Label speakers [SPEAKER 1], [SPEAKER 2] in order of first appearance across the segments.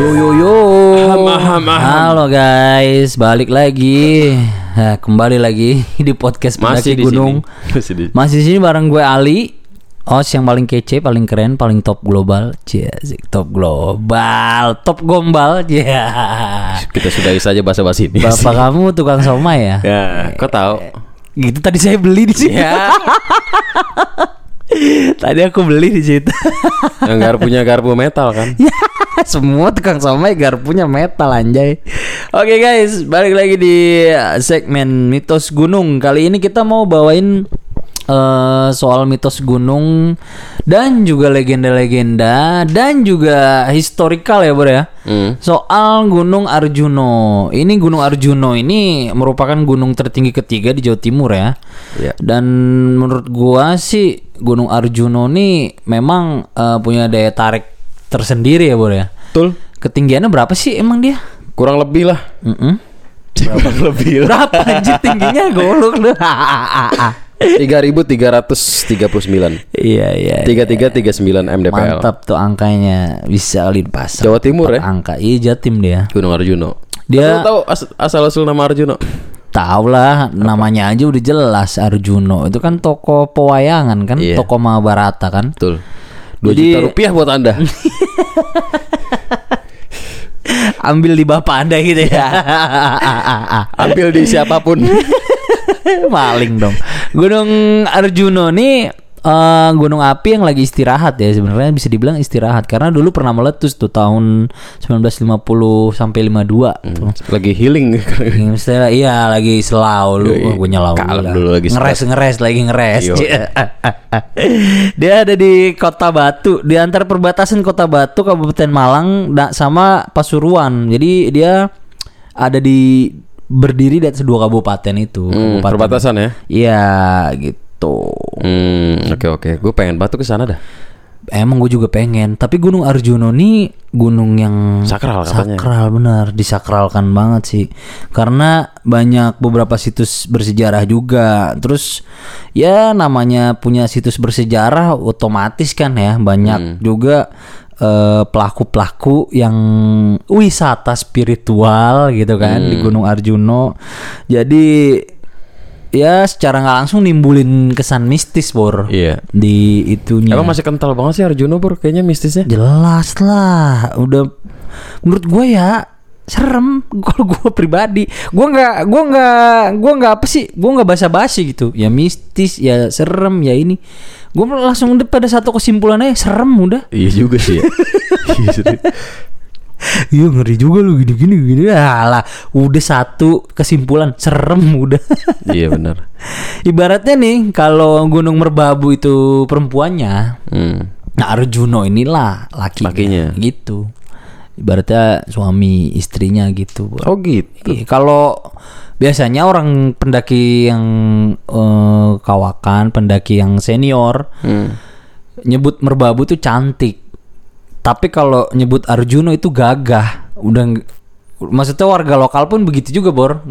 [SPEAKER 1] Yo. Halo guys, balik lagi. Kembali lagi di podcast Pendaki Gunung. Masih di sini bareng gue Ali, host yang paling kece, paling keren, paling top global. Top global, top gombal.
[SPEAKER 2] Kita sudahi saja basa-basi ini.
[SPEAKER 1] Bapak kamu tukang somai ya?
[SPEAKER 2] Ya, kok tahu?
[SPEAKER 1] Gitu tadi saya beli di sini.
[SPEAKER 2] Ya.
[SPEAKER 1] Tadi aku beli di situ.
[SPEAKER 2] Yang garpunya garpu metal kan?
[SPEAKER 1] Ya, semua tukang somai garpunya metal anjay. Oke guys, balik lagi di segmen mitos gunung. Kali ini kita mau bawain soal mitos gunung dan juga legenda-legenda dan juga historical ya bro ya. Soal Gunung Arjuno. Ini Gunung Arjuno ini merupakan gunung tertinggi ketiga di Jawa Timur ya. Dan menurut gua sih Gunung Arjuno ini memang punya daya tarik tersendiri ya bro ya.
[SPEAKER 2] Betul.
[SPEAKER 1] Ketinggiannya berapa sih emang dia?
[SPEAKER 2] Kurang lebih lah.
[SPEAKER 1] Berapa anjir tingginya golok lu.
[SPEAKER 2] 3.339.
[SPEAKER 1] Iya.
[SPEAKER 2] 3339 mdpl.
[SPEAKER 1] Mantap tuh angkanya, bisa kali dipasang.
[SPEAKER 2] Jawa Timur ya?
[SPEAKER 1] Angka Jatim dia.
[SPEAKER 2] Gunung Arjuno.
[SPEAKER 1] Dia
[SPEAKER 2] tahu asal-usul nama Arjuno?
[SPEAKER 1] Tahu lah, namanya aja udah jelas Arjuno. Itu kan toko pewayangan kan,
[SPEAKER 2] Iya.
[SPEAKER 1] toko Mahabharata kan.
[SPEAKER 2] Betul. 2 juta rupiah buat Anda.
[SPEAKER 1] Ambil di bapak Anda gitu ya.
[SPEAKER 2] Ambil di siapapun.
[SPEAKER 1] Maling dong. Gunung Arjuno nih gunung api yang lagi istirahat ya, sebenarnya bisa dibilang istirahat karena dulu pernah meletus tuh tahun 1950 sampai 52 tuh.
[SPEAKER 2] Lagi healing.
[SPEAKER 1] Misalnya, iya lagi selau lu, gue nyelau
[SPEAKER 2] dulu lagi
[SPEAKER 1] ngeres. Dia ada di Kota Batu, di antara perbatasan Kota Batu, Kabupaten Malang sama Pasuruan. Jadi dia ada berdiri di atas 2 kabupaten itu.
[SPEAKER 2] Perbatasan ya?
[SPEAKER 1] Iya gitu.
[SPEAKER 2] Oke. Gue pengen batu ke sana dah.
[SPEAKER 1] Emang gue juga pengen. Tapi Gunung Arjuno nih gunung yang
[SPEAKER 2] sakral katanya.
[SPEAKER 1] Sakral benar, disakralkan banget sih. Karena banyak beberapa situs bersejarah juga. Terus ya namanya punya situs bersejarah otomatis kan ya banyak juga pelaku-pelaku yang wisata spiritual gitu kan di Gunung Arjuno. Jadi ya secara nggak langsung nimbulin kesan mistis Bor.
[SPEAKER 2] Iya.
[SPEAKER 1] Di itunya.
[SPEAKER 2] Emang masih kental banget sih Arjuno Bor kayaknya mistisnya.
[SPEAKER 1] Jelas lah. Udah menurut gue ya serem. Kalau gue pribadi, gue nggak apa sih? Gue nggak basa-basi gitu. Ya mistis, ya serem, ya ini. Gue langsung pada satu kesimpulan aja serem udah.
[SPEAKER 2] Iya juga sih ya.
[SPEAKER 1] Iya ngeri juga lu gini. Alah, udah satu kesimpulan serem udah.
[SPEAKER 2] Iya benar.
[SPEAKER 1] Ibaratnya nih kalau Gunung Merbabu itu perempuannya, nah Arjuno inilah lakinya gitu. Ibaratnya suami istrinya gitu.
[SPEAKER 2] Oh gitu.
[SPEAKER 1] Kalau biasanya orang pendaki yang kawakan, pendaki yang senior nyebut Merbabu tuh cantik. Tapi kalau nyebut Arjuno itu gagah. Udah maksudnya warga lokal pun begitu juga Bor.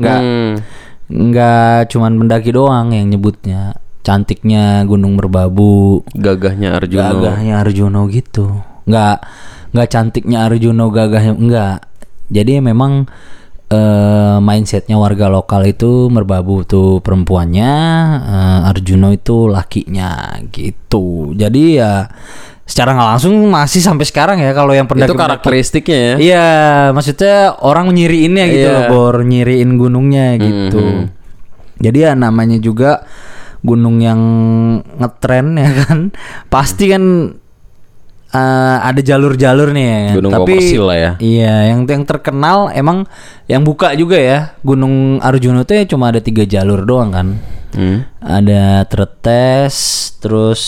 [SPEAKER 1] Nggak cuman pendaki doang yang nyebutnya. Cantiknya Gunung Merbabu,
[SPEAKER 2] gagahnya Arjuno
[SPEAKER 1] gitu. Nggak cantiknya Arjuno, gagahnya enggak. Jadi memang mindsetnya warga lokal itu Merbabu tuh perempuannya, Arjuno itu lakinya gitu. Jadi ya secara nggak langsung masih sampai sekarang ya kalau yang pendaki
[SPEAKER 2] itu karakteristiknya ya.
[SPEAKER 1] Iya, maksudnya orang nyiriinnya gitu loh Bor, nyiriin gunungnya gitu. Jadi ya namanya juga gunung yang ngetren ya kan. Pasti kan ada jalur-jalur nih ya.
[SPEAKER 2] Gunung
[SPEAKER 1] tapi
[SPEAKER 2] komersil lah ya.
[SPEAKER 1] Iya, yang terkenal emang yang buka juga ya. Gunung Arjuno tuh ya cuma ada 3 jalur doang kan. Ada Tretes, terus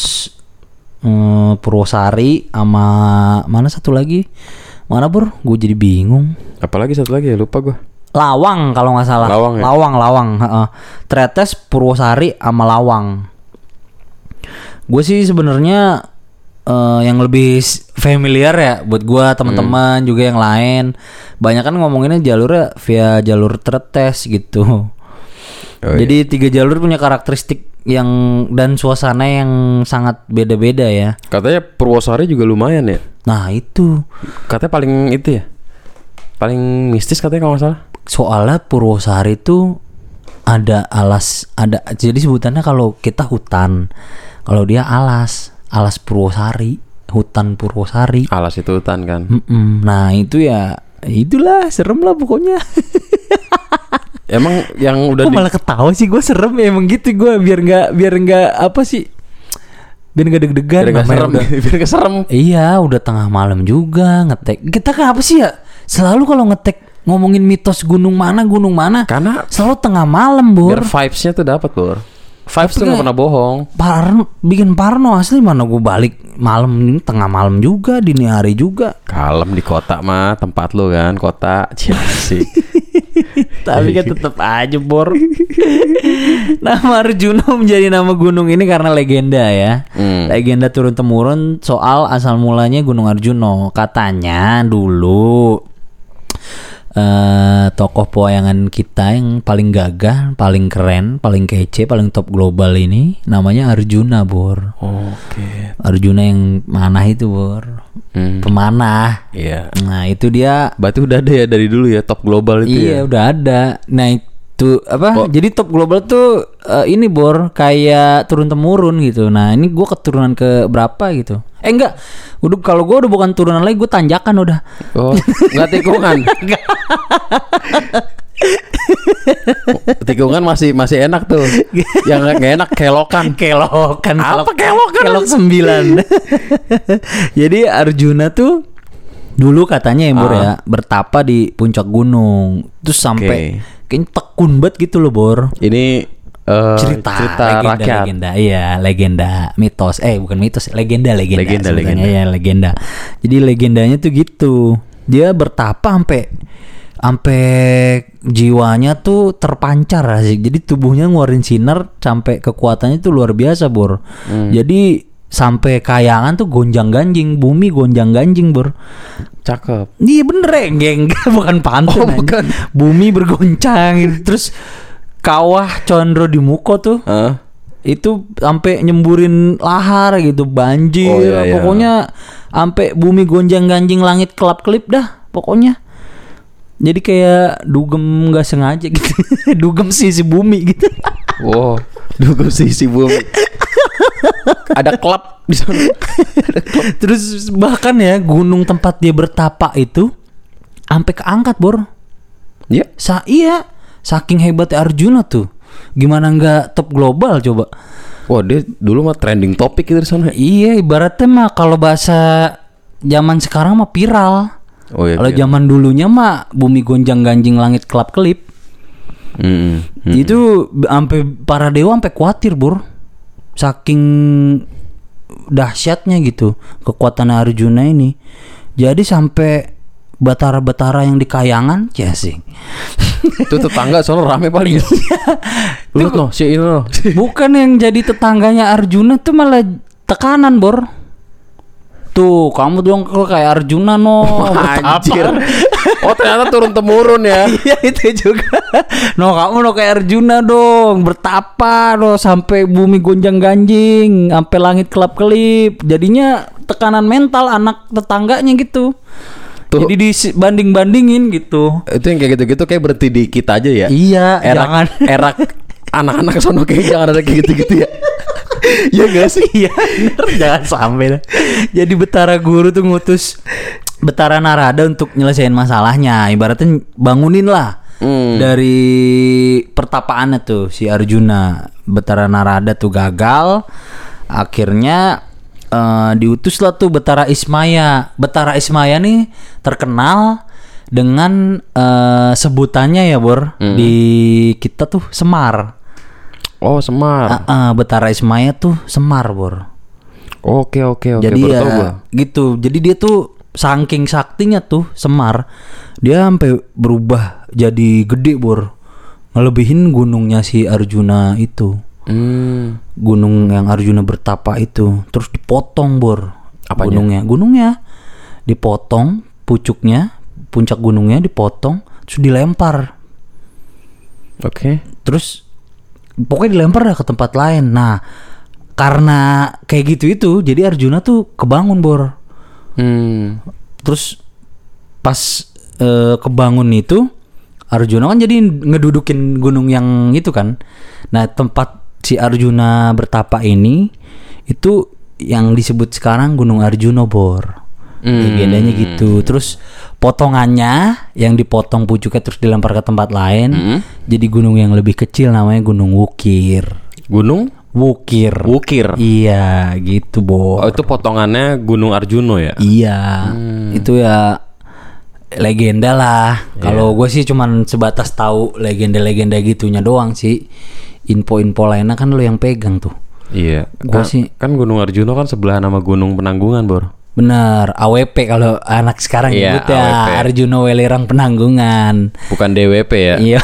[SPEAKER 1] Purwosari, sama mana satu lagi? Mana Bro? Gue jadi bingung.
[SPEAKER 2] Apalagi satu lagi ya, lupa gue.
[SPEAKER 1] Lawang kalau nggak salah.
[SPEAKER 2] Lawang ya?
[SPEAKER 1] Lawang. Tretes, Purwosari, sama Lawang. Gue sih sebenarnya yang lebih familiar ya buat gue, teman-teman juga yang lain. Banyak kan ngomonginnya jalurnya via jalur Tretes gitu. Jadi 3 jalur punya karakteristik yang dan suasana yang sangat beda-beda ya.
[SPEAKER 2] Katanya Purwosari juga lumayan ya.
[SPEAKER 1] Nah itu
[SPEAKER 2] katanya paling itu ya, paling mistis katanya kalau nggak salah.
[SPEAKER 1] Soalnya Purwosari itu ada jadi sebutannya kalau kita hutan, kalau dia alas Purwosari, hutan Purwosari.
[SPEAKER 2] Alas itu hutan kan.
[SPEAKER 1] Nah itu ya itulah serem lah pokoknya.
[SPEAKER 2] Emang yang udah
[SPEAKER 1] Kok malah ketawa sih, gue serem ya emang gitu gue, biar nggak apa sih, biar nggak deg-degan,
[SPEAKER 2] biar gak serem, biar gak serem.
[SPEAKER 1] Iya, udah tengah malam juga ngetek. Kita kan apa sih ya? Selalu kalau ngetek ngomongin mitos gunung mana
[SPEAKER 2] Karena
[SPEAKER 1] selalu tengah malam, Bor.
[SPEAKER 2] biar vibes-nya tuh dapat, Bor. Vibes tuh gak pernah bohong.
[SPEAKER 1] Bikin parno asli. Mana gue balik malam ini, tengah malam juga, dini hari juga.
[SPEAKER 2] Kalem di kota mah, tempat lu kan, kota Cilengsi.
[SPEAKER 1] Tapi kan tetap aja, Bor. Nama Arjuna menjadi nama gunung ini karena legenda ya. Legenda turun temurun soal asal mulanya Gunung Arjuna. Katanya dulu tokoh pewayangan kita yang paling gagah, paling keren, paling kece, paling top global ini namanya Arjuna, Bor.
[SPEAKER 2] Oke.
[SPEAKER 1] Arjuna yang manah itu, Bor. Pemanah.
[SPEAKER 2] Iya.
[SPEAKER 1] Nah, itu dia.
[SPEAKER 2] Berarti udah ada ya dari dulu ya top global itu ya.
[SPEAKER 1] Iya, udah ada. Nah, itu apa? Jadi top global tuh ini, Bor, kayak turun temurun gitu. Nah, ini gua keturunan ke berapa gitu. Enggak. Udah, kalau gua udah bukan turunan lagi, gua tanjakan udah.
[SPEAKER 2] Oh, enggak tikungan. Tikungan masih enak tuh. Yang enggak enak kelokan. Apa kelokan?
[SPEAKER 1] Kelok 9. Jadi Arjuna tuh dulu katanya ya, Bor ya, bertapa di puncak gunung. Terus sampai kayaknya tekun banget gitu loh, Bor.
[SPEAKER 2] Ini cerita rakyat.
[SPEAKER 1] Legenda, iya, legenda, mitos. Bukan mitos, legenda.
[SPEAKER 2] Legenda.
[SPEAKER 1] Ya, legenda. Jadi legendanya tuh gitu. Dia bertapa sampai jiwanya tuh terpancar sih. Jadi tubuhnya ngeluarin sinar sampai kekuatannya tuh luar biasa, Bor. Jadi sampai kayangan tuh gonjang-ganjing, bumi gonjang-ganjing, Bor.
[SPEAKER 2] Cakep.
[SPEAKER 1] Iya bener ya, enggak bukan pantun.
[SPEAKER 2] Bukan.
[SPEAKER 1] Bumi bergoncang gitu. Terus kawah Condro di Muko tuh itu sampai nyemburin lahar gitu, banjir.
[SPEAKER 2] Iya.
[SPEAKER 1] Pokoknya sampai bumi gonjang-ganjing, langit kelap-kelip dah pokoknya. Jadi kayak dugem nggak sengaja gitu. Dugem sisi bumi gitu.
[SPEAKER 2] Wow, dugem sisi bumi. Ada klub di sana.
[SPEAKER 1] Terus bahkan ya gunung tempat dia bertapa itu sampai keangkat, Bor.
[SPEAKER 2] Iya.
[SPEAKER 1] Iya. Saking hebatnya Arjuna tuh. Gimana nggak top global coba?
[SPEAKER 2] Wah, dia dulu mah trending topik gitu di sana.
[SPEAKER 1] Iya, ibaratnya mah kalau bahasa zaman sekarang mah viral.
[SPEAKER 2] Oh iya.
[SPEAKER 1] Kalau zaman dulunya mah bumi gonjang-ganjing, langit kelap-kelip. Itu sampai para dewa sampai khawatir, Bor. Saking dahsyatnya gitu kekuatan Arjuna ini. Jadi sampai batara-batara yang di kayangan, ya sih.
[SPEAKER 2] Itu tetangga soalnya rame paling. Lihat loh, si ini loh.
[SPEAKER 1] Bukan yang jadi tetangganya Arjuna tuh malah tekanan, Bor. Tuh, kamu dong kayak Arjuna
[SPEAKER 2] Anjir. Oh, ternyata turun temurun ya.
[SPEAKER 1] Iya, itu juga. Kamu kayak Arjuna dong, bertapa sampai bumi gonjang-ganjing, sampai langit kelap-kelip. Jadinya tekanan mental anak tetangganya gitu. Tuh. Jadi dibanding-bandingin gitu.
[SPEAKER 2] Itu yang kayak gitu-gitu kayak berhenti di kita aja ya.
[SPEAKER 1] Iya, jangan.
[SPEAKER 2] Erak anak-anak sono kayak jangan ada kayak gitu-gitu ya. Ya gak sih?
[SPEAKER 1] Iya, bener, jangan sampai. Jadi Betara Guru tuh ngutus Betara Narada untuk nyelesain masalahnya. Ibaratnya bangunin lah dari pertapaannya tuh si Arjuna. Betara Narada tuh gagal. Akhirnya diutuslah tuh Betara Ismaya. Betara Ismaya nih terkenal dengan sebutannya ya, Bor, di kita tuh Semar.
[SPEAKER 2] Oh, Semar.
[SPEAKER 1] Betara Ismaya tuh Semar, Bor.
[SPEAKER 2] Oke.
[SPEAKER 1] Jadi ya gitu. Jadi dia tuh saking saktinya tuh Semar, dia sampai berubah jadi gede, Bor. Ngelebihin gunungnya si Arjuna itu. Gunung yang Arjuna bertapa itu. Terus dipotong, Bor.
[SPEAKER 2] Apanya?
[SPEAKER 1] Gunungnya dipotong, puncak gunungnya dipotong, terus dilempar.
[SPEAKER 2] Oke.
[SPEAKER 1] Terus pokoknya dilempar dah ke tempat lain. Nah, karena kayak gitu itu, jadi Arjuna tuh kebangun, Bor. Terus pas kebangun itu, Arjuna kan jadi ngedudukin gunung yang itu kan. Nah tempat si Arjuna bertapa ini itu yang disebut sekarang Gunung Arjuna, Bor. Legendanya gitu. Terus potongannya yang dipotong pucuknya terus dilempar ke tempat lain, jadi gunung yang lebih kecil namanya Gunung Wukir.
[SPEAKER 2] Gunung
[SPEAKER 1] Wukir. Iya gitu, Bor.
[SPEAKER 2] Oh, itu potongannya Gunung Arjuna ya?
[SPEAKER 1] Iya. Itu ya legenda lah. Kalau gue sih cuman sebatas tahu legenda-legenda gitunya doang sih. Info-info lainnya kan lo yang pegang tuh.
[SPEAKER 2] Iya.
[SPEAKER 1] Gua sih
[SPEAKER 2] kan Gunung Arjuna kan sebelah nama Gunung Penanggungan, Bor.
[SPEAKER 1] bener, AWP kalau anak sekarang
[SPEAKER 2] Iya,
[SPEAKER 1] nyebut ya,
[SPEAKER 2] AWP.
[SPEAKER 1] Arjuna Welirang Penanggungan.
[SPEAKER 2] Bukan DWP ya?
[SPEAKER 1] Iya.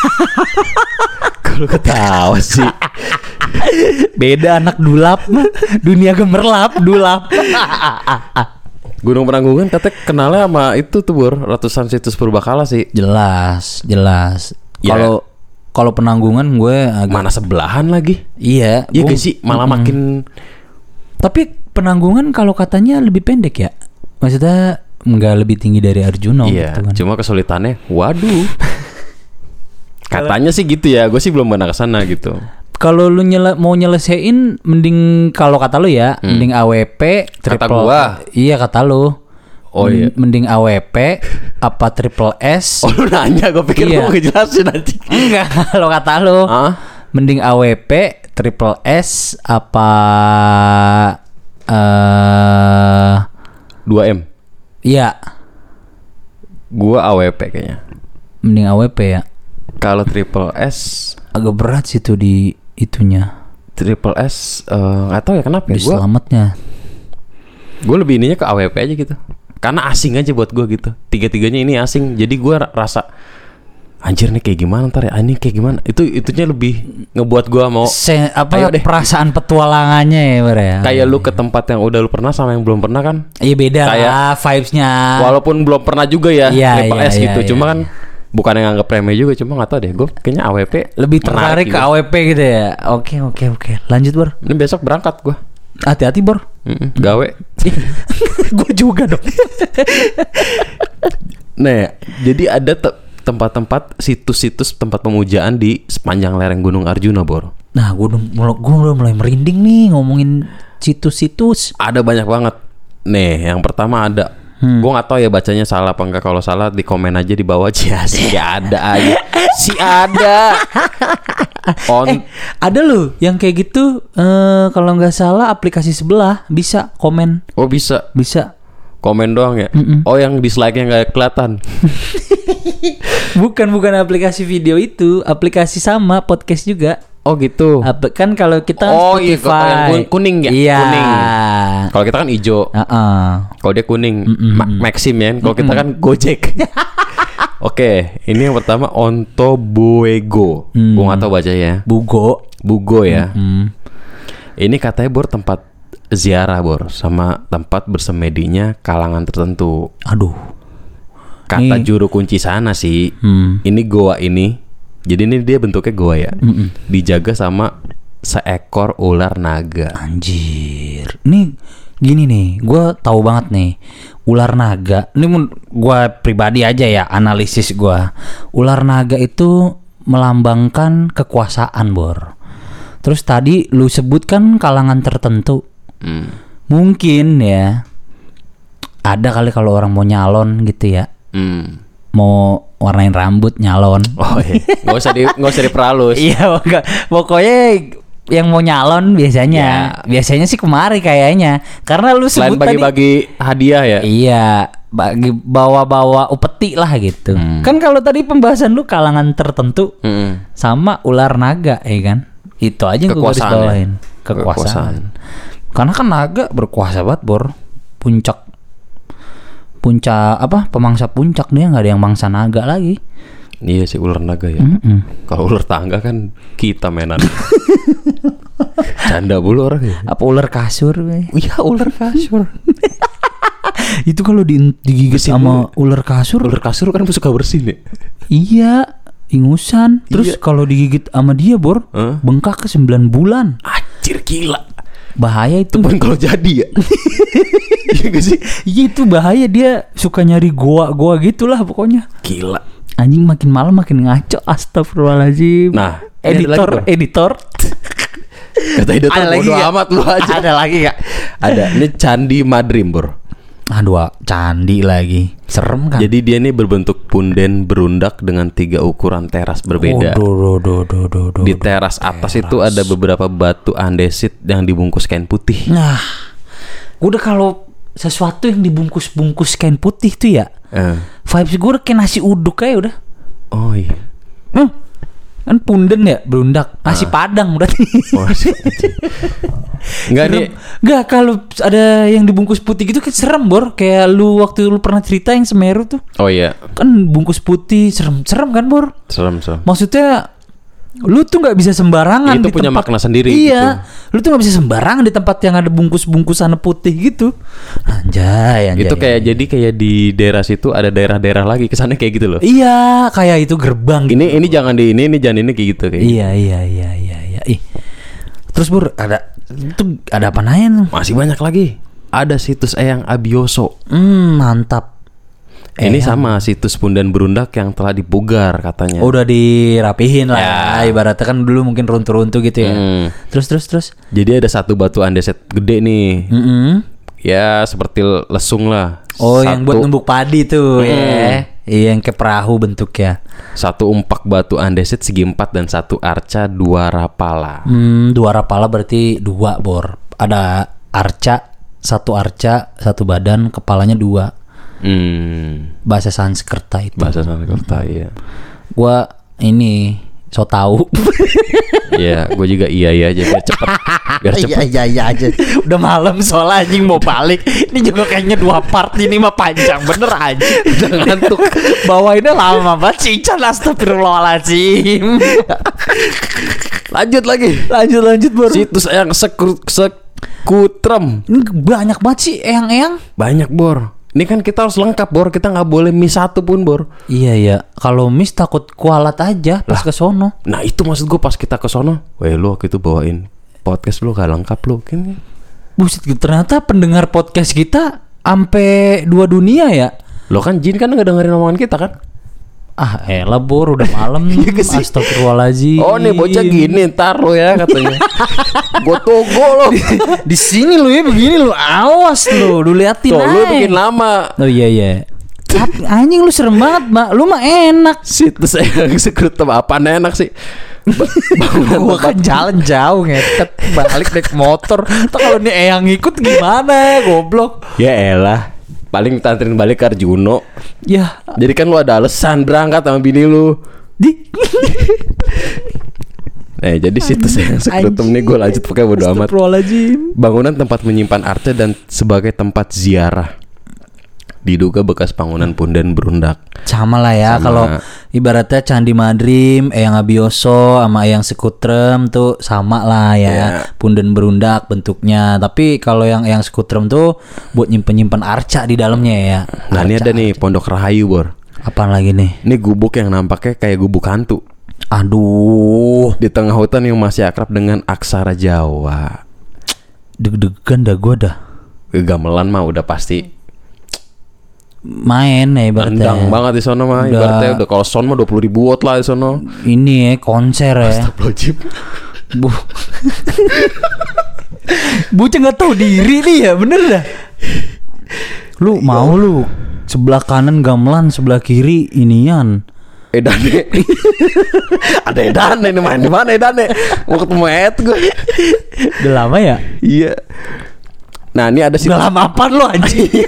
[SPEAKER 2] Kalau ketawa sih.
[SPEAKER 1] Beda anak dulap mah. Dunia gemerlap, dulap.
[SPEAKER 2] Gunung Penanggungan katanya kenalnya sama itu tuh, Bor, ratusan situs purbakala sih.
[SPEAKER 1] Jelas.
[SPEAKER 2] Ya.
[SPEAKER 1] Kalau Penanggungan gue agak
[SPEAKER 2] Mana sebelahan lagi?
[SPEAKER 1] iya.
[SPEAKER 2] Iya gak sih? Malah makin
[SPEAKER 1] Tapi Penanggungan kalau katanya lebih pendek ya. Maksudnya nggak lebih tinggi dari Arjuna
[SPEAKER 2] iya,
[SPEAKER 1] gitu kan.
[SPEAKER 2] cuma kesulitannya waduh. Katanya sih gitu ya. Gue sih belum pernah kesana gitu.
[SPEAKER 1] Kalau lu mau nyelesain mending kalau kata lu ya, mending AWP
[SPEAKER 2] Kata gua.
[SPEAKER 1] Iya kata lu.
[SPEAKER 2] Oh iya.
[SPEAKER 1] Mending AWP apa triple S?
[SPEAKER 2] Oh lu nanya, gue pikir
[SPEAKER 1] Iya.
[SPEAKER 2] lu mau ngejelasin nanti.
[SPEAKER 1] Enggak, kalau kata lu.
[SPEAKER 2] Hah?
[SPEAKER 1] Mending AWP triple S apa
[SPEAKER 2] 2M.
[SPEAKER 1] iya,
[SPEAKER 2] Gua AWP kayaknya.
[SPEAKER 1] mending AWP ya.
[SPEAKER 2] Kalau triple S,
[SPEAKER 1] Agak berat sih tuh di itunya.
[SPEAKER 2] triple S nggak tahu ya kenapa
[SPEAKER 1] Di
[SPEAKER 2] ya.
[SPEAKER 1] selamatnya.
[SPEAKER 2] Gue lebih ininya ke AWP aja gitu. Karena asing aja buat gue gitu. Tiga-tiganya ini asing. Jadi gue rasa anjir nih kayak gimana ntar ya. Ini kayak gimana. Itunya lebih ngebuat gue mau ayo deh.
[SPEAKER 1] Perasaan petualangannya ya, Bar ya.
[SPEAKER 2] Kayak lu ke tempat yang udah lu pernah sama yang belum pernah kan.
[SPEAKER 1] Iya beda
[SPEAKER 2] kayak
[SPEAKER 1] lah vibes-nya.
[SPEAKER 2] Walaupun belum pernah juga ya
[SPEAKER 1] Iya,
[SPEAKER 2] triple
[SPEAKER 1] iya,
[SPEAKER 2] S gitu.
[SPEAKER 1] iya,
[SPEAKER 2] Cuma
[SPEAKER 1] iya.
[SPEAKER 2] kan bukan yang nganggep remeh juga. Cuma gak tau deh. Gue kayaknya AWP
[SPEAKER 1] Lebih tertarik
[SPEAKER 2] menarik
[SPEAKER 1] ke
[SPEAKER 2] gitu.
[SPEAKER 1] AWP gitu ya. Oke. Lanjut, Bor.
[SPEAKER 2] Ini besok berangkat gue.
[SPEAKER 1] Hati-hati, Bor.
[SPEAKER 2] Gawe.
[SPEAKER 1] Gue juga dong.
[SPEAKER 2] Nah, jadi ada tempat-tempat situs-situs tempat pemujaan di sepanjang lereng Gunung Arjuna, Bor.
[SPEAKER 1] Nah, gue udah mulai merinding nih ngomongin situs-situs.
[SPEAKER 2] Ada banyak banget. Nih, yang pertama ada. Gue nggak tahu ya bacanya salah apa enggak. Kalau salah di komen aja di bawah. Si ada aja. Si ada.
[SPEAKER 1] Ada loh yang kayak gitu. Kalau nggak salah aplikasi sebelah bisa komen.
[SPEAKER 2] Oh bisa. Komen doang ya. Oh yang dislike-nya nggak kelihatan.
[SPEAKER 1] Bukan aplikasi video itu, aplikasi sama podcast juga.
[SPEAKER 2] Oh gitu.
[SPEAKER 1] Kan kalau kita
[SPEAKER 2] Oh iya,
[SPEAKER 1] Spotify
[SPEAKER 2] yang kuning ya.
[SPEAKER 1] Iya.
[SPEAKER 2] Kuning. Kalau kita kan hijau. Kalau dia kuning, Maxim ya. Kalau kita kan Gojek. Oke, ini yang pertama Ontoboego. Gue nggak tahu bacanya. Bugo ya. Ini katanya Bor tempat ziarah, Bor, sama tempat bersemedinya kalangan tertentu.
[SPEAKER 1] Aduh.
[SPEAKER 2] Kata juru kunci sana sih. Ini goa ini. Jadi ini dia bentuknya goa ya. Dijaga sama seekor ular naga.
[SPEAKER 1] Anjir. Nih gini nih, gue tahu banget nih ular naga. Ini gue pribadi aja ya analisis gue. Ular naga itu melambangkan kekuasaan, Bor. Terus tadi lu sebutkan kalangan tertentu. Mungkin ya ada kali kalau orang mau nyalon gitu ya. Mau warnain rambut nyalon.
[SPEAKER 2] Oh iya. Nggak usah diperhalus.
[SPEAKER 1] Iya, pokoknya yang mau nyalon biasanya sih kemari kayaknya. Karena lu
[SPEAKER 2] Selain
[SPEAKER 1] sebut
[SPEAKER 2] bagi-bagi hadiah ya.
[SPEAKER 1] Iya, bagi bawa-bawa upeti lah gitu. Kan kalau tadi pembahasan lu kalangan tertentu sama ular naga ya kan. Itu aja gue garis bawahin. Kekuasaan. Karena kan naga berkuasa banget, Bor. Puncak apa? Pemangsa puncak, dia nggak ada yang mangsa naga lagi.
[SPEAKER 2] Iya sih ular naga ya. Kalau ular tangga kan kita mainan. Canda bulu orang ya.
[SPEAKER 1] Apa ular kasur?
[SPEAKER 2] Iya ular kasur.
[SPEAKER 1] Itu kalau digigit sama ular kasur.
[SPEAKER 2] Ular kasur kan suka bersin ya.
[SPEAKER 1] Iya, ingusan. Terus kalau digigit sama dia, Bor, bengkak ke 9 bulan.
[SPEAKER 2] Anjir gila.
[SPEAKER 1] Bahaya itu
[SPEAKER 2] pun kalau jadi ya. Iya gak sih?
[SPEAKER 1] Iya itu bahaya, dia suka nyari goa gitulah pokoknya.
[SPEAKER 2] Gila.
[SPEAKER 1] Anjing makin malam makin ngaco. Astagfirullahaladzim.
[SPEAKER 2] Nah,
[SPEAKER 1] editor.
[SPEAKER 2] Kata editor bodo amat lu aja.
[SPEAKER 1] Ada lagi gak?
[SPEAKER 2] Ada. Ini Candi Madrim, Bor.
[SPEAKER 1] Aduh, candi lagi. Serem kan?
[SPEAKER 2] Jadi dia ini berbentuk punden berundak dengan 3 ukuran teras berbeda. Di teras atas itu ada beberapa batu andesit yang dibungkus kain putih.
[SPEAKER 1] Nah, udah kalau sesuatu yang dibungkus kain putih tuh ya, vibes gue udah kayak nasi uduk aja udah.
[SPEAKER 2] Oh iya.
[SPEAKER 1] Kan punden ya berundak, nasi padang berarti. Enggak, kalau ada yang dibungkus putih gitu kan serem, Bor. Kayak lu waktu lu pernah cerita yang Semeru tuh.
[SPEAKER 2] Oh iya.
[SPEAKER 1] Kan bungkus putih serem kan, Bor?
[SPEAKER 2] Serem.
[SPEAKER 1] Maksudnya lu tuh nggak bisa sembarangan.
[SPEAKER 2] Itu punya makna sendiri.
[SPEAKER 1] Iya, gitu. Lu tuh nggak bisa sembarangan di tempat yang ada bungkus-bungkusan putih gitu. Anjay.
[SPEAKER 2] Itu kayak jadi kayak di daerah situ ada daerah-daerah lagi kesannya kayak gitu loh.
[SPEAKER 1] Iya, kayak itu gerbang.
[SPEAKER 2] Ini jangan di ini jangan ini kayak gitu kayak.
[SPEAKER 1] Iya. Ih. Terus Bur, ada apa nanya?
[SPEAKER 2] Masih banyak lagi. Ada situs Eyang Abioso.
[SPEAKER 1] Mantap.
[SPEAKER 2] Ini sama situs punden berundak yang telah dipugar katanya.
[SPEAKER 1] Udah dirapihin lah ya. Ibaratnya kan dulu mungkin runtuh-runtuh gitu ya. Terus.
[SPEAKER 2] Jadi ada satu batu andesit gede nih. Ya seperti lesung lah.
[SPEAKER 1] Oh, yang buat numbuk padi tuh ya. Iya, yang kayak perahu bentuknya.
[SPEAKER 2] 1 umpak batu andesit segi 4 dan 1 arca 2 rapala.
[SPEAKER 1] 2 rapala berarti 2, Bor. Ada arca, 1 arca, 1 badan, kepalanya 2. Bahasa Sanskerta itu.
[SPEAKER 2] Bahasa Sanskerta, iya.
[SPEAKER 1] Gua ini so tahu.
[SPEAKER 2] Iya, gue juga iya aja biar cepet.
[SPEAKER 1] Iya aja. Udah malam soalnya anjing mau balik. Ini juga kayaknya 2 part ini mah panjang bener aja. Udah ngantuk. Bawainnya lama banget sih. Astagfirullahaladzim.
[SPEAKER 2] Lanjut lagi.
[SPEAKER 1] Lanjut Bor.
[SPEAKER 2] Situs Eyang Sekutrem.
[SPEAKER 1] Ini banyak banget sih eyang-eyang.
[SPEAKER 2] Banyak, Bor. Ini kan kita harus lengkap, Bor. Kita gak boleh miss satu pun, Bor.
[SPEAKER 1] Iya. Kalau miss takut kualat aja pas ke sono.
[SPEAKER 2] Nah itu maksud gue pas kita ke sono. Weh, lu waktu itu bawain podcast lu gak lengkap lu kan.
[SPEAKER 1] Buset, ternyata pendengar podcast kita sampai 2 dunia ya.
[SPEAKER 2] Lo kan Jin kan gak dengerin omongan kita kan.
[SPEAKER 1] Ah elah Bor, udah malam. Astagfirullahaladzim.
[SPEAKER 2] Oh nih bocah gini ntar lo ya katanya. Gue togo lo.
[SPEAKER 1] Di sini lo ya begini lo, awas lo, lu liatin aja.
[SPEAKER 2] Lu bikin lama.
[SPEAKER 1] Oh iya. Anjing lu serem banget, Mbak. Lu mah enak.
[SPEAKER 2] Situs Eyang Sekutrem apaan enak sih?
[SPEAKER 1] Gua kan jalan jauh ngetet, balik naik motor. Tuh kalau nih Eyang ngikut gimana, goblok.
[SPEAKER 2] Ya elah. Paling tanterin balik ke Arjuno.
[SPEAKER 1] Ya.
[SPEAKER 2] Jadi kan lu ada alasan berangkat sama bini lu. Jadi situs Eyang Sekutrem nih gue lanjut pakai bodo amat. Bangunan tempat menyimpan arca dan sebagai tempat ziarah. Diduga bekas bangunan punden berundak.
[SPEAKER 1] Sama lah ya. Kalau ibaratnya Candi Madrim, Eyang Abioso sama Eyang Sekutrem tuh sama lah ya. Punden berundak bentuknya. Tapi kalau yang Eyang Sekutrem tuh buat nyimpen arca di dalamnya ya.
[SPEAKER 2] Nah ini ada nih Pondok Rahayu, Bor.
[SPEAKER 1] Apaan lagi nih?
[SPEAKER 2] Ini gubuk yang nampaknya kayak gubuk hantu.
[SPEAKER 1] Aduh.
[SPEAKER 2] Di tengah hutan yang masih akrab dengan aksara Jawa.
[SPEAKER 1] Deg-degan dah gue dah.
[SPEAKER 2] Gamelan mah udah pasti
[SPEAKER 1] main ya ibaratnya.
[SPEAKER 2] Endang banget di sono mah. Ibaratnya udah kalau sound mah 20.000 watt lah di sono.
[SPEAKER 1] Ini konser ya.
[SPEAKER 2] Astagfirullahaladzim.
[SPEAKER 1] Bocah nggak tahu diri nih ya, bener dah. Lu mau lu sebelah kanan gamelan, sebelah kiri inian.
[SPEAKER 2] Edane. Ada Edane nih, main di mana Edane? Mau ketemu Ed gue.
[SPEAKER 1] Udah lama ya?
[SPEAKER 2] Iya. Nah, ini ada sih.
[SPEAKER 1] Udah lama apaan lu anjing?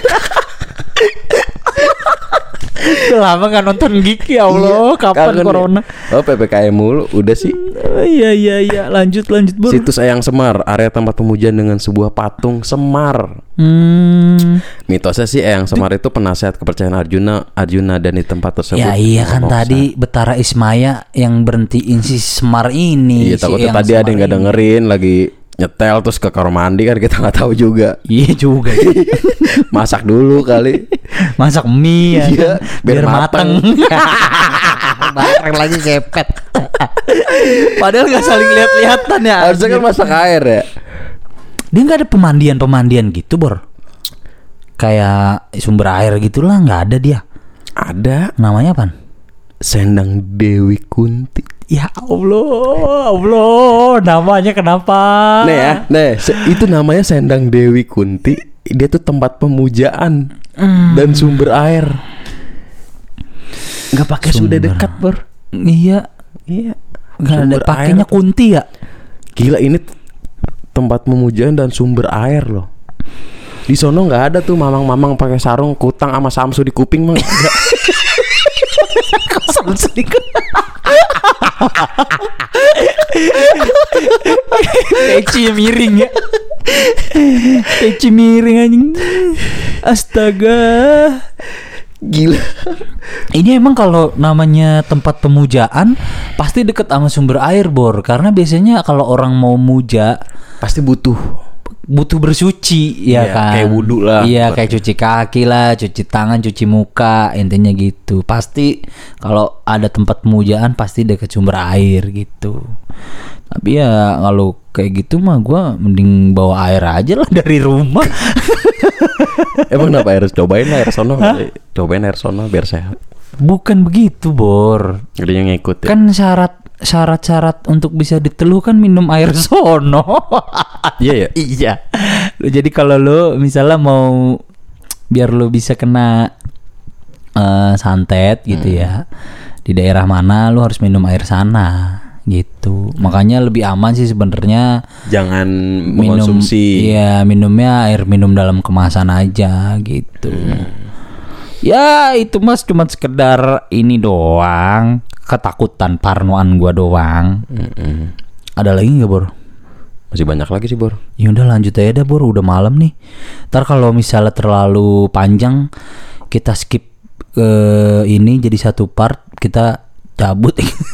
[SPEAKER 1] Udah lama gak nonton Geek ya Allah. Kapan corona
[SPEAKER 2] ya? Oh PPKM mulu. Udah sih.
[SPEAKER 1] Iya. Lanjut Bro.
[SPEAKER 2] Situs Eyang Semar, area tempat pemujaan dengan sebuah patung Semar. Mitosnya sih Eyang Semar itu penasehat kepercayaan Arjuna dan di tempat tersebut.
[SPEAKER 1] Ya iya kan tadi Betara Ismaya yang berhentiin si Semar ini.
[SPEAKER 2] Iya takutnya tadi ada yang gak dengerin lagi nyetel terus ke kamar mandi kan kita nggak tahu juga.
[SPEAKER 1] Iya juga.
[SPEAKER 2] Masak dulu kali.
[SPEAKER 1] Masak mie ya.
[SPEAKER 2] Iya,
[SPEAKER 1] kan? biar mateng. Bareng lagi kepet. Padahal nggak saling lihat-lihatan ya.
[SPEAKER 2] Harusnya kan masak air ya.
[SPEAKER 3] Dia nggak ada pemandian gitu, Bor. Kayak sumber air gitulah, nggak ada dia.
[SPEAKER 2] Ada.
[SPEAKER 3] Namanya apa?
[SPEAKER 2] Sendang Dewi Kunti.
[SPEAKER 3] Ya Allah, namanya kenapa?
[SPEAKER 2] Itu namanya Sendang Dewi Kunti. Dia tuh tempat pemujaan dan sumber air. Nggak pakai sudah dekat, Bor.
[SPEAKER 3] Iya. Nggak ada pakainya Kunti ya.
[SPEAKER 2] Gila, ini tempat pemujaan dan sumber air loh. Di sono nggak ada tuh mamang-mamang pakai sarung kutang sama samsu di kuping mah.
[SPEAKER 3] Samsu di kuping. Peci miring ya. Peci miring anjing. Astaga.
[SPEAKER 2] Gila.
[SPEAKER 3] Ini emang kalau namanya tempat pemujaan pasti deket sama sumber air, Bor. Karena biasanya kalau orang mau muja
[SPEAKER 2] pasti butuh
[SPEAKER 3] bersuci ya kan,
[SPEAKER 2] kayak wudhu lah,
[SPEAKER 3] kayak cuci kaki lah, cuci tangan, cuci muka, intinya gitu. Pasti kalau ada tempat pemujaan pasti dekat sumber air gitu. Tapi ya kalau kayak gitu mah gue mending bawa air aja lah dari rumah.
[SPEAKER 2] Emang kenapa air? Cobain air sono biar sehat.
[SPEAKER 3] Bukan begitu, Bor.
[SPEAKER 2] Jadi yang ngikut ya?
[SPEAKER 3] Kan syarat untuk bisa diteluh kan minum air sono.
[SPEAKER 2] Iya ya.
[SPEAKER 3] Iya. Jadi kalau lo misalnya mau biar lo bisa kena santet gitu ya, di daerah mana lo harus minum air sana gitu. Makanya lebih aman sih sebenarnya.
[SPEAKER 2] Jangan mengonsumsi.
[SPEAKER 3] Iya, minumnya air minum dalam kemasan aja gitu. Ya itu mas cuma sekedar ini doang, ketakutan parnoan gua doang. Ada lagi nggak, Bor?
[SPEAKER 2] Masih banyak lagi sih, Bor.
[SPEAKER 3] Ya udah lanjut aja dah, Bor, udah malam nih. Ntar kalau misalnya terlalu panjang kita skip ini jadi satu part, kita cabut.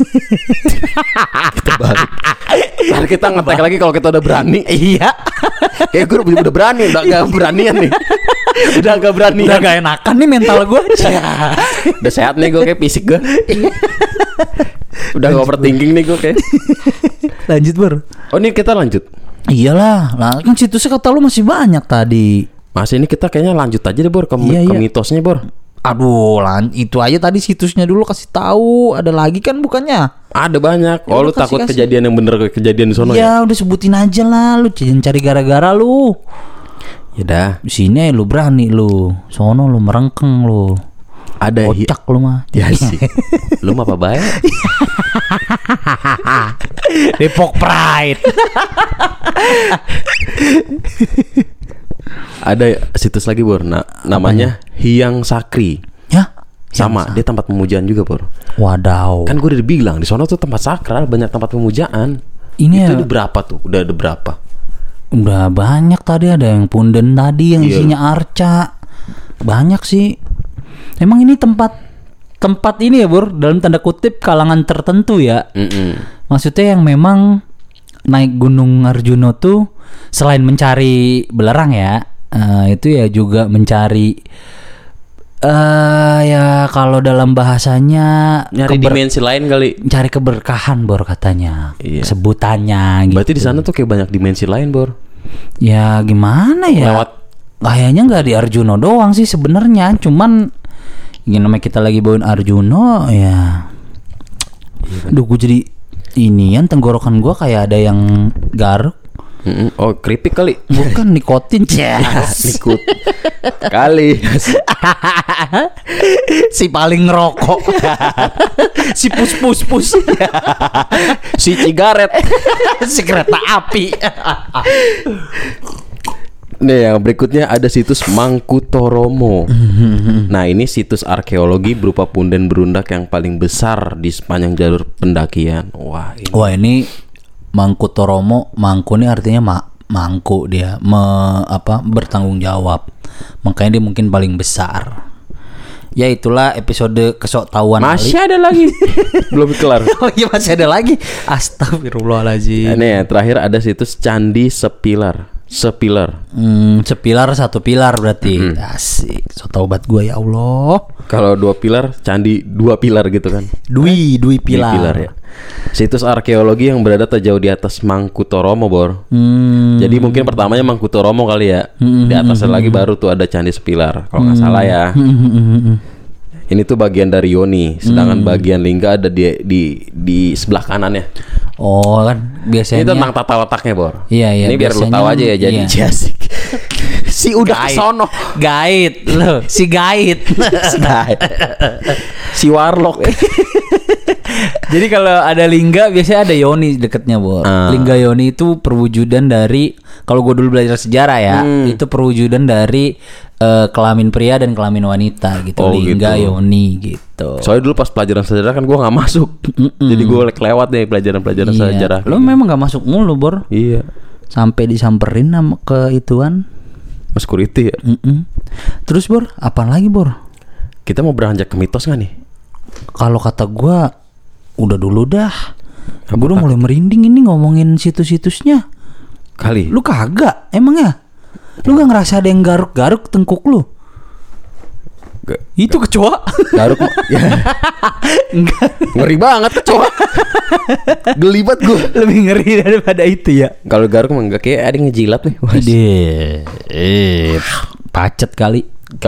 [SPEAKER 2] Kita balik. Ntar kita ngetek lagi kalau kita udah berani.
[SPEAKER 3] Iya.
[SPEAKER 2] Kayak gue udah berani, udah gak beranian nih. Udah gak beranian.
[SPEAKER 3] Udah gak enakan nih mental gue.
[SPEAKER 2] Udah sehat nih gue kayak fisik gue. Udah gak overthinking nih gue kayak.
[SPEAKER 3] Lanjut, Bor.
[SPEAKER 2] Oh ini kita lanjut.
[SPEAKER 3] Iyalah, kan situsnya kata lu masih banyak tadi.
[SPEAKER 2] Masih ini kita kayaknya lanjut aja deh, Bor, ke mitosnya, Bor.
[SPEAKER 3] Aduh, itu aja tadi situsnya dulu kasih tahu. Ada lagi kan bukannya?
[SPEAKER 2] Ada banyak. Oh, lu takut kejadian yang bener kejadian di sono ya?
[SPEAKER 3] Ya udah sebutin aja lah. Lu jangan cari gara-gara lu.
[SPEAKER 2] Ya dah.
[SPEAKER 3] Di sini lu berani lu. Sono lu merengkeng lu.
[SPEAKER 2] Ada
[SPEAKER 3] kocak lu mah.
[SPEAKER 2] Ya sih. Lu mah apa baik?
[SPEAKER 3] Depok Pride.
[SPEAKER 2] Ada situs lagi, Bor. Namanya Hyang Sakri.
[SPEAKER 3] Ya?
[SPEAKER 2] Sama, dia tempat pemujaan juga, Bor.
[SPEAKER 3] Wadaw.
[SPEAKER 2] Kan gue udah bilang di sono tuh tempat sakral, banyak tempat pemujaan.
[SPEAKER 3] Ini
[SPEAKER 2] itu berapa tuh? Udah ada berapa?
[SPEAKER 3] Udah banyak tadi, ada yang punden tadi yang isinya arca. Banyak sih. Emang ini tempat ini ya, Bor, dalam tanda kutip kalangan tertentu ya. Maksudnya yang memang naik Gunung Arjuna tuh selain mencari belerang ya, itu ya juga mencari ya kalau dalam bahasanya
[SPEAKER 2] nyari dimensi lain kali.
[SPEAKER 3] Cari keberkahan, Bor, katanya. Iya. Sebutannya gitu.
[SPEAKER 2] Berarti di sana tuh kayak banyak dimensi lain, Bor.
[SPEAKER 3] Ya gimana ya? Kayaknya nggak di Arjuna doang sih sebenarnya, cuman ini namanya kita lagi bawain Arjuna ya. Duh, gue jadi inian tenggorokan gue kayak ada yang garuk.
[SPEAKER 2] Oh, keripik kali.
[SPEAKER 3] Bukan, nikotin.
[SPEAKER 2] Nikut kali.
[SPEAKER 3] Si paling ngerokok. Si pus.
[SPEAKER 2] Si cigaret.
[SPEAKER 3] Si kereta api.
[SPEAKER 2] Nih yang berikutnya ada situs Mangkutoromo. Nah ini situs arkeologi berupa punden berundak yang paling besar di sepanjang jalur pendakian. Wah
[SPEAKER 3] ini Mangkutoromo. Mangku ini artinya mangku dia, bertanggung jawab. Makanya dia mungkin paling besar. Ya itulah episode kesok tahuan.
[SPEAKER 2] Masih ada lagi. Belum kelar.
[SPEAKER 3] Oh iya, masih ada lagi. Astagfirullahaladzim.
[SPEAKER 2] Ini ya terakhir ada situs Candi Sepilar. sepilar.
[SPEAKER 3] Sepilar satu pilar berarti. Asik. So taubat gue ya Allah.
[SPEAKER 2] Kalau 2 pilar, candi 2 pilar gitu kan.
[SPEAKER 3] Dwi pilar.
[SPEAKER 2] Ya. Situs arkeologi yang berada tak jauh di atas Mangkutoromo, Bor. Jadi mungkin pertamanya Mangkutoromo kali ya. Di atasnya lagi baru tuh ada candi sepilar, kalau nggak salah ya. Ini tuh bagian dari Yoni, sedangkan bagian Lingga ada di sebelah kanannya.
[SPEAKER 3] Oh kan biasanya.
[SPEAKER 2] Ini tentang tata letaknya, Bor.
[SPEAKER 3] Iya.
[SPEAKER 2] Ini biar lu tahu aja ya, jadi jasik. Si udah kesono.
[SPEAKER 3] Guide lo, si guide.
[SPEAKER 2] Si warlock.
[SPEAKER 3] Jadi kalau ada Lingga biasanya ada Yoni deketnya, Bor. Lingga Yoni itu perwujudan dari, kalau gue dulu belajar sejarah ya, itu perwujudan dari kelamin pria dan kelamin wanita gitu. Lingga gitu. Yoni gitu.
[SPEAKER 2] Soalnya dulu pas pelajaran sejarah kan gue nggak masuk. Jadi gue lewat deh pelajaran sejarah.
[SPEAKER 3] Lo memang nggak masuk mulu, Bor.
[SPEAKER 2] Iya.
[SPEAKER 3] Sampai disamperin sama ke ituan
[SPEAKER 2] security ya.
[SPEAKER 3] Terus, Bor, apaan lagi, Bor?
[SPEAKER 2] Kita mau beranjak ke mitos nggak nih?
[SPEAKER 3] Kalau kata gue udah dulu dah. Gue udah mulai merinding ini ngomongin situs-situsnya.
[SPEAKER 2] Kali.
[SPEAKER 3] Lu kagak emangnya? Lu gak ngerasa ada yang garuk-garuk tengkuk lu? Itu kecoa.
[SPEAKER 2] Garuk ya. Ngeri banget kecoa. Geli banget gue.
[SPEAKER 3] Lebih ngeri daripada itu ya.
[SPEAKER 2] Kalau garuk mah enggak, kayak ada yang ngejilat nih.
[SPEAKER 3] Pacet kali.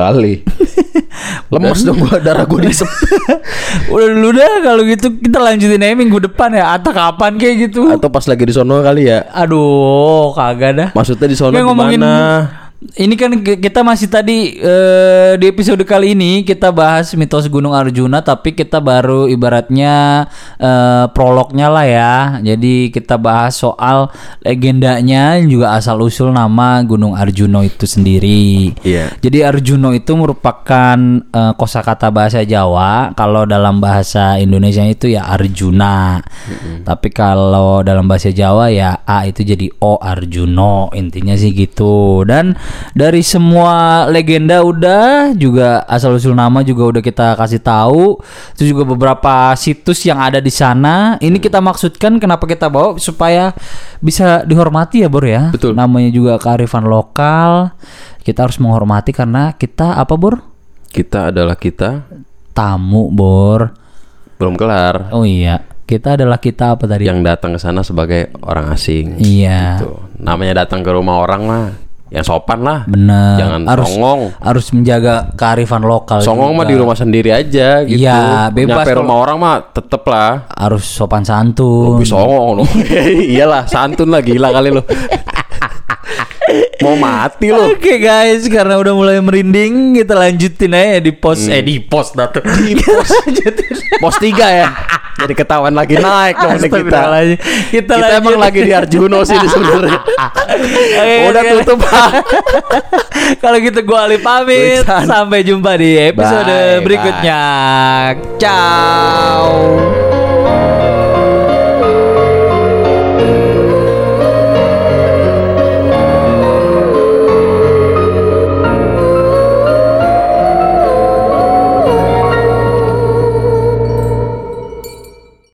[SPEAKER 2] Lemes dong gua, darah gua disep.
[SPEAKER 3] Udah dulu dah kalau gitu kita lanjutin aja minggu depan ya. Atau kapan kayak gitu.
[SPEAKER 2] Atau pas lagi di sono kali ya.
[SPEAKER 3] Aduh, kagak dah.
[SPEAKER 2] Maksudnya di sono gimana?
[SPEAKER 3] Ini kan kita masih tadi di episode kali ini kita bahas mitos Gunung Arjuna, tapi kita baru ibaratnya prolognya lah ya. Jadi kita bahas soal legendanya juga asal usul nama Gunung Arjuna itu sendiri.
[SPEAKER 2] Iya.
[SPEAKER 3] Jadi Arjuna itu merupakan kosakata bahasa Jawa. Kalau dalam bahasa Indonesia itu ya Arjuna. Tapi kalau dalam bahasa Jawa ya A itu jadi O, Arjuna. Intinya sih gitu. Dan dari semua legenda udah, juga asal usul nama juga udah kita kasih tahu. Terus juga beberapa situs yang ada di sana. Ini kita maksudkan kenapa kita bawa supaya bisa dihormati ya, Bor ya.
[SPEAKER 2] Betul.
[SPEAKER 3] Namanya juga kearifan lokal. Kita harus menghormati karena kita apa, Bor?
[SPEAKER 2] Kita adalah kita
[SPEAKER 3] tamu, Bor.
[SPEAKER 2] Belum kelar.
[SPEAKER 3] Oh iya. Kita adalah kita apa tadi?
[SPEAKER 2] Yang datang ke sana sebagai orang asing.
[SPEAKER 3] Iya.
[SPEAKER 2] Gitu. Namanya datang ke rumah orang mah yang sopan lah.
[SPEAKER 3] Bener.
[SPEAKER 2] Jangan songong.
[SPEAKER 3] Harus menjaga kearifan lokal.
[SPEAKER 2] Songong mah di rumah sendiri aja gitu.
[SPEAKER 3] Iya, bebas.
[SPEAKER 2] Nyampe rumah orang mah tetep lah.
[SPEAKER 3] Harus sopan santun.
[SPEAKER 2] Lebih songong loh. Iyalah, santun lah, gila kali lo. Mau mati lo.
[SPEAKER 3] Oke guys, karena udah mulai merinding, kita lanjutin aja di post di post.
[SPEAKER 2] Pos 3 ya. Jadi ketahuan lagi naik dong kita. Kita emang lagi di Arjuna sih sebenarnya. Udah tutup.
[SPEAKER 3] Kalau gitu gua Ali pamit. Sampai jumpa di episode berikutnya. Ciao.